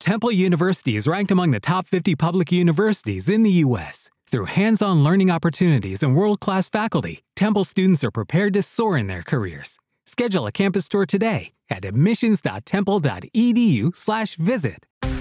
Temple University is ranked among the top 50 public universities in the U.S. Through hands-on learning opportunities and world-class faculty, Temple students are prepared to soar in their careers. Schedule a campus tour today at admissions.temple.edu/visit.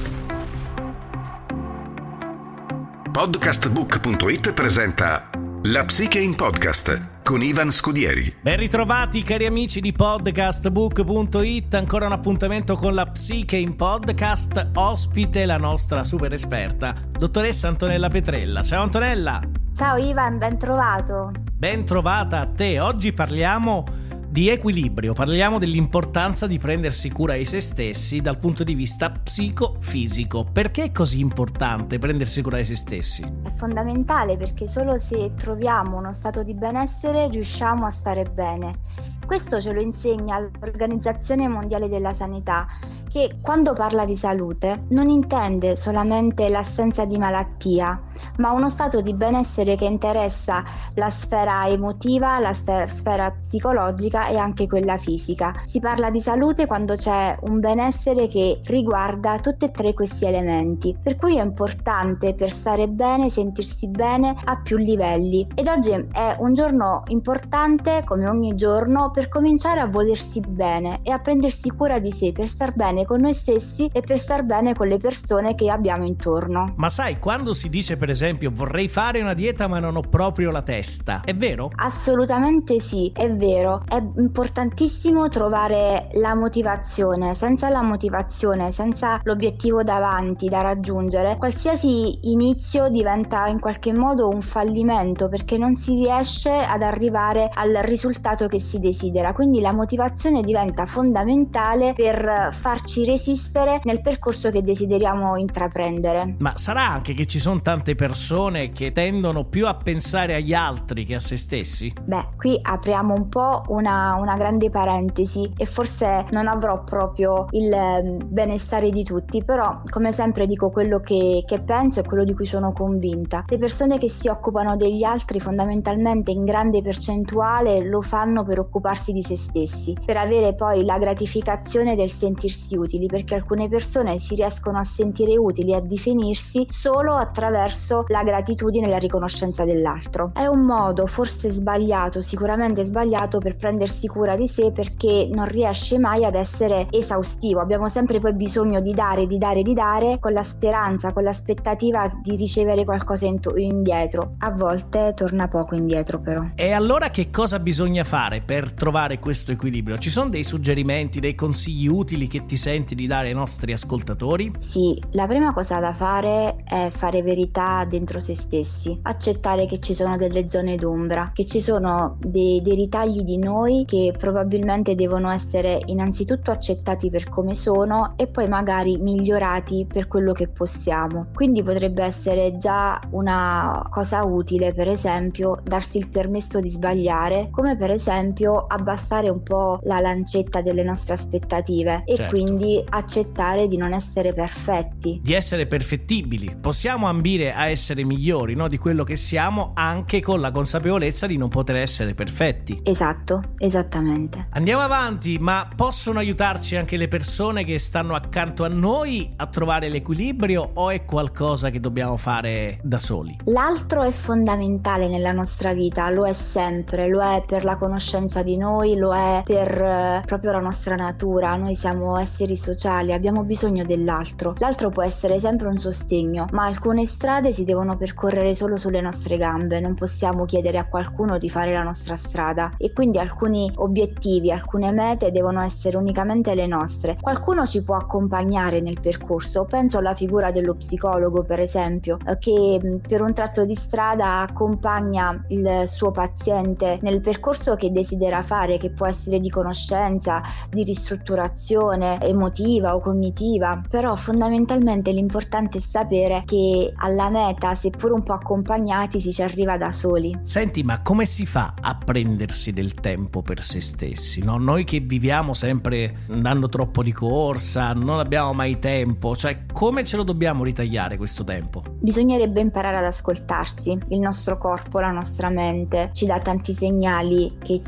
Podcastbook.it presenta La Psiche in Podcast con Ivan Scudieri. Ben ritrovati cari amici di Podcastbook.it, ancora un appuntamento con La Psiche in Podcast, ospite la nostra super esperta, dottoressa Antonella Petrella. Ciao Antonella! Ciao Ivan, ben trovato! Ben trovata a te, oggi parliamo di equilibrio, parliamo dell'importanza di prendersi cura di se stessi dal punto di vista psicofisico. Perché è così importante prendersi cura di se stessi? È fondamentale perché solo se troviamo uno stato di benessere riusciamo a stare bene. Questo ce lo insegna l'Organizzazione Mondiale della Sanità, che quando parla di salute non intende solamente l'assenza di malattia, ma uno stato di benessere che interessa la sfera emotiva, la sfera psicologica e anche quella fisica. Si parla di salute quando c'è un benessere che riguarda tutti e tre questi elementi, per cui è importante per stare bene sentirsi bene a più livelli. Ed oggi è un giorno importante, come ogni giorno, per cominciare a volersi bene e a prendersi cura di sé per star bene con noi stessi e per star bene con le persone che abbiamo intorno. Ma sai, quando si dice per esempio vorrei fare una dieta ma non ho proprio la testa, è vero? Assolutamente sì, è vero. È importantissimo trovare la motivazione. Senza la motivazione, senza l'obiettivo davanti da raggiungere, qualsiasi inizio diventa in qualche modo un fallimento, perché non si riesce ad arrivare al risultato che si desidera. Quindi la motivazione diventa fondamentale per farci resistere nel percorso che desideriamo intraprendere. Ma sarà anche che ci sono tante persone che tendono più a pensare agli altri che a se stessi? Beh, qui apriamo un po' una grande parentesi e forse non avrò proprio il benestare di tutti, però come sempre dico quello che penso e quello di cui sono convinta. Le persone che si occupano degli altri fondamentalmente in grande percentuale lo fanno per occuparsi di se stessi, per avere poi la gratificazione del sentirsi utili, perché alcune persone si riescono a sentire utili, a definirsi solo attraverso la gratitudine e la riconoscenza dell'altro. È un modo forse sbagliato, sicuramente sbagliato, per prendersi cura di sé, perché non riesce mai ad essere esaustivo. Abbiamo sempre poi bisogno di dare, con la speranza, con l'aspettativa di ricevere qualcosa indietro. A volte torna poco indietro però. E allora che cosa bisogna fare per trovare questo equilibrio? Ci sono dei suggerimenti, dei consigli utili che ti senti di dare ai nostri ascoltatori? Sì, la prima cosa da fare è fare verità dentro se stessi, accettare che ci sono delle zone d'ombra, che ci sono dei ritagli di noi che probabilmente devono essere innanzitutto accettati per come sono e poi magari migliorati per quello che possiamo. Quindi potrebbe essere già una cosa utile, per esempio, darsi il permesso di sbagliare, come per esempio abbassare un po' la lancetta delle nostre aspettative e certo, quindi accettare di non essere perfetti, di essere perfettibili. Possiamo ambire a essere migliori, no, di quello che siamo, anche con la consapevolezza di non poter essere perfetti. Esatto, esattamente. Andiamo avanti, ma possono aiutarci anche le persone che stanno accanto a noi a trovare l'equilibrio, o è qualcosa che dobbiamo fare da soli? L'altro è fondamentale nella nostra vita, lo è sempre, lo è per la conoscenza di noi, lo è per proprio la nostra natura. Noi siamo esseri sociali, abbiamo bisogno dell'altro. L'altro può essere sempre un sostegno, ma alcune strade si devono percorrere solo sulle nostre gambe, non possiamo chiedere a qualcuno di fare la nostra strada, e quindi alcuni obiettivi, alcune mete devono essere unicamente le nostre. Qualcuno ci può accompagnare nel percorso, penso alla figura dello psicologo per esempio, che per un tratto di strada accompagna il suo paziente nel percorso che desidera fare, che può essere di conoscenza, di ristrutturazione emotiva o cognitiva, però fondamentalmente l'importante è sapere che alla meta, seppur un po' accompagnati, si ci arriva da soli. Senti, ma come si fa a prendersi del tempo per se stessi, no? Noi che viviamo sempre andando troppo di corsa, non abbiamo mai tempo, cioè come ce lo dobbiamo ritagliare questo tempo? Bisognerebbe imparare ad ascoltarsi. Il nostro corpo, la nostra mente ci dà tanti segnali che ci fa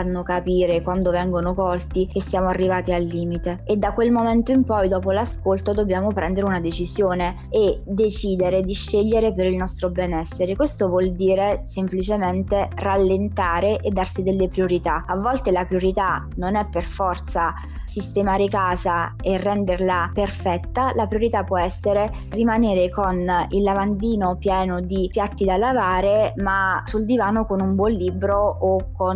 fanno capire, quando vengono colti, che siamo arrivati al limite, e da quel momento in poi, dopo l'ascolto, dobbiamo prendere una decisione e decidere di scegliere per il nostro benessere. Questo vuol dire semplicemente rallentare e darsi delle priorità. A volte la priorità non è per forza sistemare casa e renderla perfetta, la priorità può essere rimanere con il lavandino pieno di piatti da lavare, ma sul divano con un buon libro o con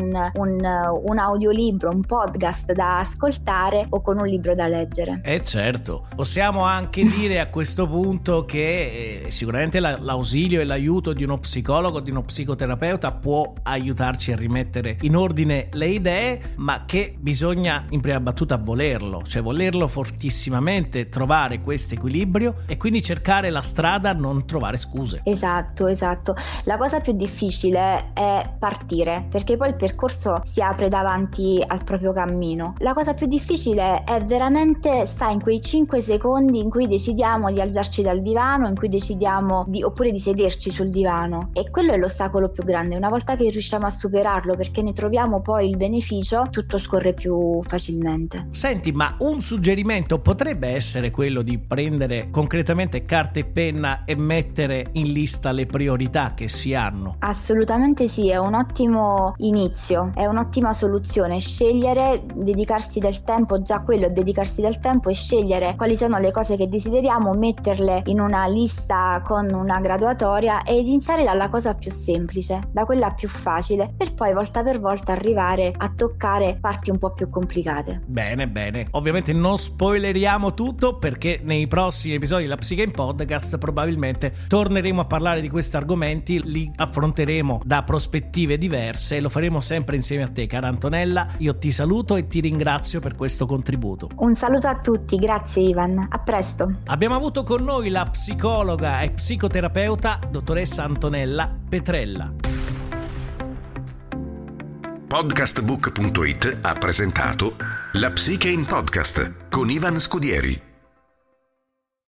un audiolibro, un podcast da ascoltare o con un libro da leggere. Certo, possiamo anche dire a questo punto che sicuramente l'ausilio e l'aiuto di uno psicologo, di uno psicoterapeuta può aiutarci a rimettere in ordine le idee, ma che bisogna in prima battuta volerlo fortissimamente, trovare questo equilibrio e quindi cercare la strada, non trovare scuse. Esatto. La cosa più difficile è partire, perché poi il percorso si apre davanti al proprio cammino. La cosa più difficile è veramente sta in quei 5 secondi in cui decidiamo di alzarci dal divano, in cui decidiamo oppure di sederci sul divano, e quello è l'ostacolo più grande. Una volta che riusciamo a superarlo, perché ne troviamo poi il beneficio, tutto scorre più facilmente. Senti, ma un suggerimento potrebbe essere quello di prendere concretamente carta e penna e mettere in lista le priorità che si hanno? Assolutamente sì, è un ottimo inizio, è un'ottima soluzione. Scegliere, dedicarsi del tempo, già quello è dedicarsi del tempo, e scegliere quali sono le cose che desideriamo, metterle in una lista con una graduatoria e iniziare dalla cosa più semplice, da quella più facile, per poi volta per volta arrivare a toccare parti un po' più complicate. Bene. Ovviamente non spoileriamo tutto, perché nei prossimi episodi della Psiche in Podcast probabilmente torneremo a parlare di questi argomenti, li affronteremo da prospettive diverse e lo faremo sempre insieme a te, cara Antonella. Io ti saluto e ti ringrazio per questo contributo. Un saluto a tutti, grazie Ivan, a presto. Abbiamo avuto con noi la psicologa e psicoterapeuta dottoressa Antonella Petrella. Podcastbook.it ha presentato La Psiche in Podcast con Ivan Scudieri.